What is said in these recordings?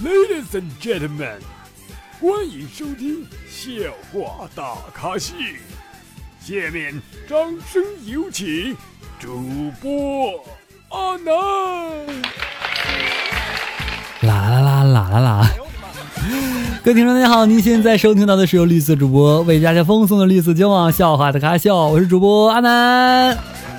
Ladies and gentlemen， 欢迎收听笑话大咖秀。下面掌声有请主播阿南。 啦！各位听众大家好，您现在收听到的是由绿色主播为大家奉送的绿色交往笑话的咖笑，我是主播阿南。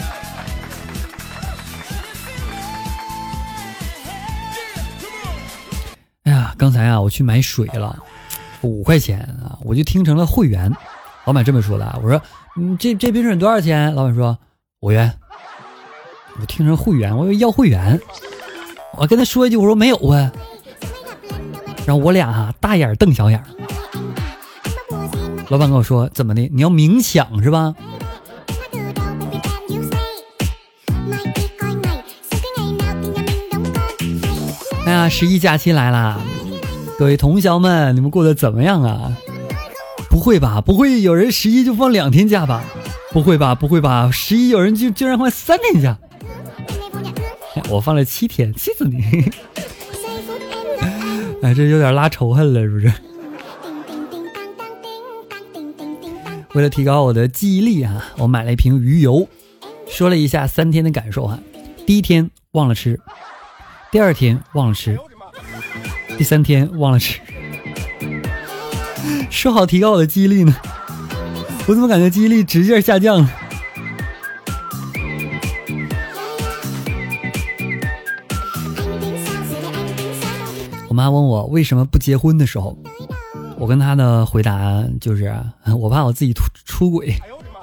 哎呀，刚才我去买水了，5块钱啊，我就听成了会员。老板这么说的，我说这瓶水多少钱？老板说5元。我听成会员，我以为要会员。我跟他说一句，我说没有啊。然后我俩大眼瞪小眼。老板跟我说怎么的，你要明抢是吧？哎呀，11假期来啦，各位同学们，你们过得怎么样啊？不会吧，不会有人11就放2天假吧？不会吧，11有人就然放3天假。我放了7天，气死你！哎，这有点拉仇恨了，是不是？为了提高我的记忆力啊，我买了一瓶鱼油，说了一下3天的感受啊。第1天忘了吃，第2天忘了吃，第3天忘了吃。说好提高我的记忆力呢，我怎么感觉记忆力直线下降了？我妈问我为什么不结婚的时候，我跟她的回答就是我怕我自己出轨。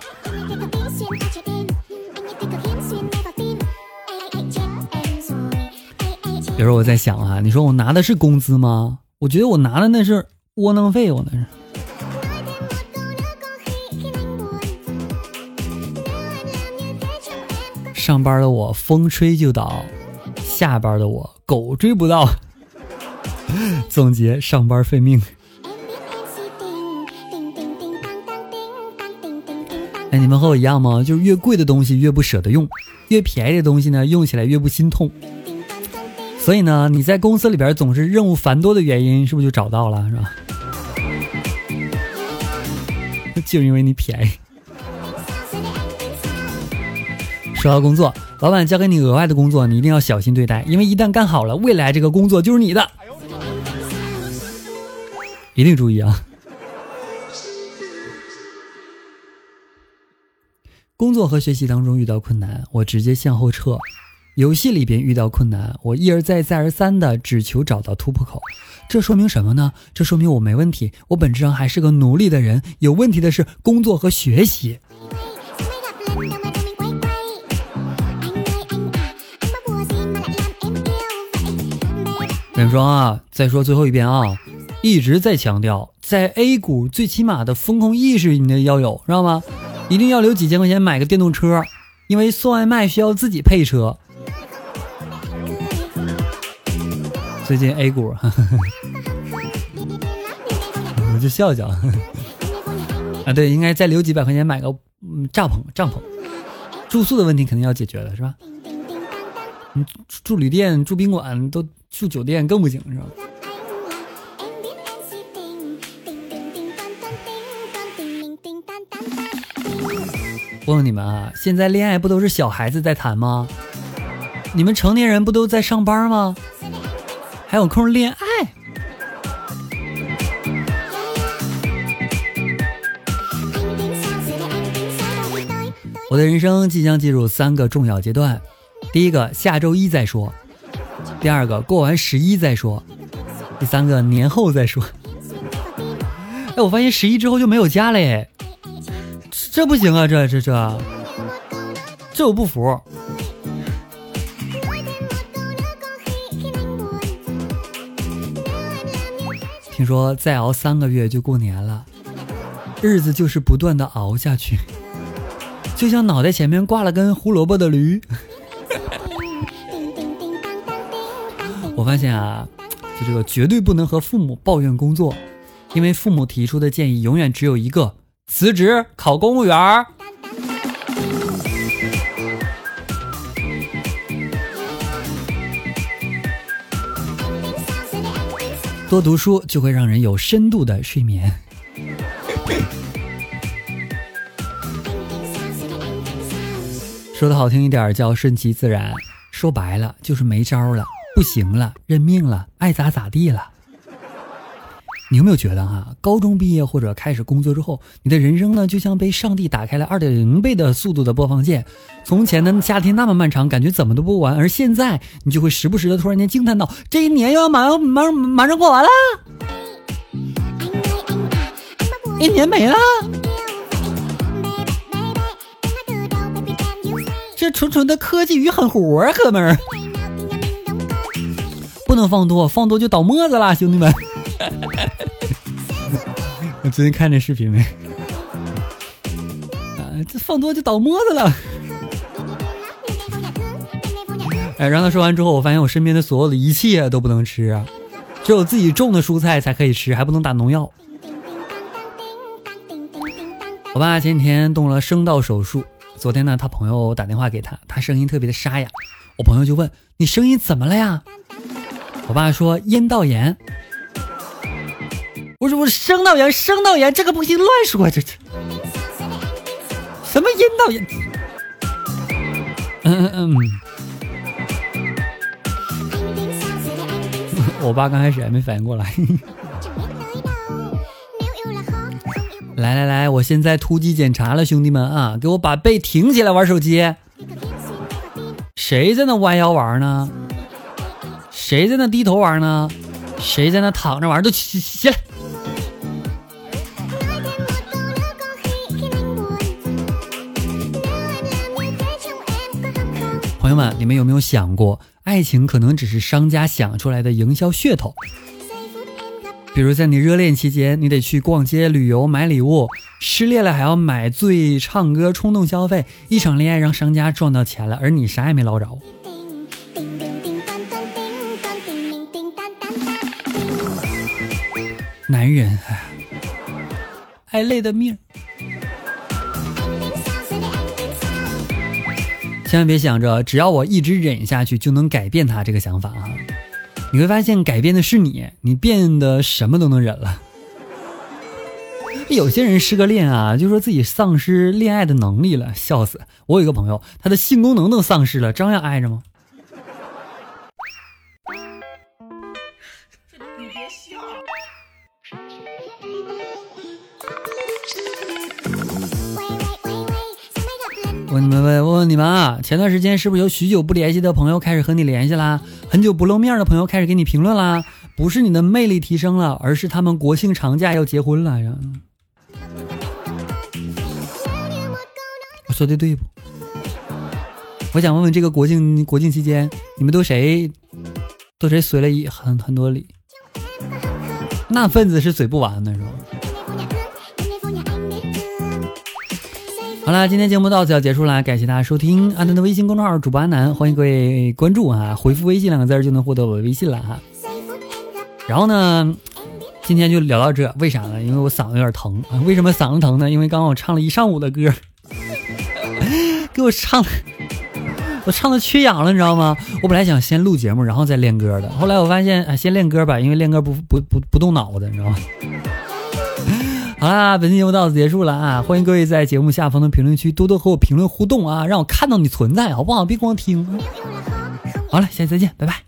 比如我在想啊，你说我拿的是工资吗？我觉得我拿的那是窝囊废，我那是。上班的我风吹就倒，下班的我狗追不到。总结上班费命。哎，你们和我一样吗？就是越贵的东西越不舍得用，越便宜的东西呢用起来越不心痛。所以呢，你在公司里边总是任务繁多的原因是不是就找到了，是吧？就因为你便宜。说到工作，老板交给你额外的工作，你一定要小心对待，因为一旦干好了，未来这个工作就是你的。一定注意啊！工作和学习当中遇到困难，我直接向后撤；游戏里边遇到困难，我一而再再而三的只求找到突破口。这说明什么呢？这说明我没问题，我本质上还是个努力的人。有问题的是工作和学习。跟你说啊，再说最后一遍啊！一直在强调，在 A 股最起码的风控意识你要有，知道吗？一定要留几千块钱买个电动车，因为送外卖需要自己配车。最近 A 股我就笑笑啊，对，应该再留几百块钱买个帐篷。住宿的问题肯定要解决的是吧？你住旅店、住宾馆，都住酒店更不行是吧？问问你们啊，现在恋爱不都是小孩子在谈吗？你们成年人不都在上班吗？还有空恋爱？我的人生即将进入3个重要阶段，第一个下周1再说，第2个过完11再说，第3个年后再说。哎，我发现11之后就没有家了耶。这不行啊，这我不服。听说再熬3个月就过年了，日子就是不断的熬下去，就像脑袋前面挂了根胡萝卜的驴。我发现啊，就这个绝对不能和父母抱怨工作，因为父母提出的建议永远只有一个：辞职考公务员。 多读书就会让人有深度的睡眠。说的好听一点叫顺其自然，说白了就是没招了，不行了，认命了，爱咋咋地了。你有没有觉得高中毕业或者开始工作之后，你的人生呢就像被上帝打开了 2.0 倍的速度的播放键。从前的夏天那么漫长，感觉怎么都不完，而现在你就会时不时的突然间惊叹到，这一年又要马上过完了，一年没了，这纯纯的科技与狠活啊，哥们儿，不能放多，放多就倒沫子了，兄弟们。我最近看这视频没？这放多就倒沫子了。让他说完之后，我发现我身边的所有的一切都不能吃啊，只有自己种的蔬菜才可以吃，还不能打农药。我爸前几天动了声道手术，昨天呢，他朋友打电话给他，他声音特别的沙哑。我朋友就问：“你声音怎么了呀？”我爸说：“咽道炎。”我说声道炎，这个不行，乱说这什么咽道炎？我爸刚开始还没反应过来。来，我现在突击检查了，兄弟们啊，给我把背挺起来玩手机。谁在那弯腰玩呢？谁在那低头玩呢？谁在那躺着玩？都起来！朋友们，你们有没有想过，爱情可能只是商家想出来的营销噱头？比如在你热恋期间，你得去逛街、旅游、买礼物；失恋了还要买醉、唱歌、冲动消费。一场恋爱让商家赚到钱了，而你啥也没捞着。男人，爱累的命。千万别想着只要我一直忍下去就能改变他这个想法啊！你会发现改变的是你变得什么都能忍了。有些人失个恋啊，就说自己丧失恋爱的能力了，笑死！我有一个朋友，他的性功能都丧失了，照样爱着吗？ 你别笑。 我问你们啊，前段时间是不是有许久不联系的朋友开始和你联系啦？很久不露面的朋友开始给你评论啦？不是你的魅力提升了，而是他们国庆长假要结婚了呀。我说的对不？我想问问这个国庆期间，你们都谁随了很多礼？那份子是随不完的是吧？好了，今天节目到此要结束了，感谢大家收听安南的微信公众号主播安南，欢迎各位关注啊，回复微信2个字就能获得我的微信了哈。然后呢，今天就聊到这，为啥呢？因为我嗓子有点疼啊。为什么嗓子疼呢？因为刚刚我唱了一上午的歌，给我唱的缺氧了，你知道吗？我本来想先录节目然后再练歌的，后来我发现先练歌吧，因为练歌不动脑子，你知道吗？好啦，本期节目到此结束了啊！欢迎各位在节目下方的评论区多多和我评论互动啊，让我看到你存在，好不好？别光听。好了，下期再见，拜拜。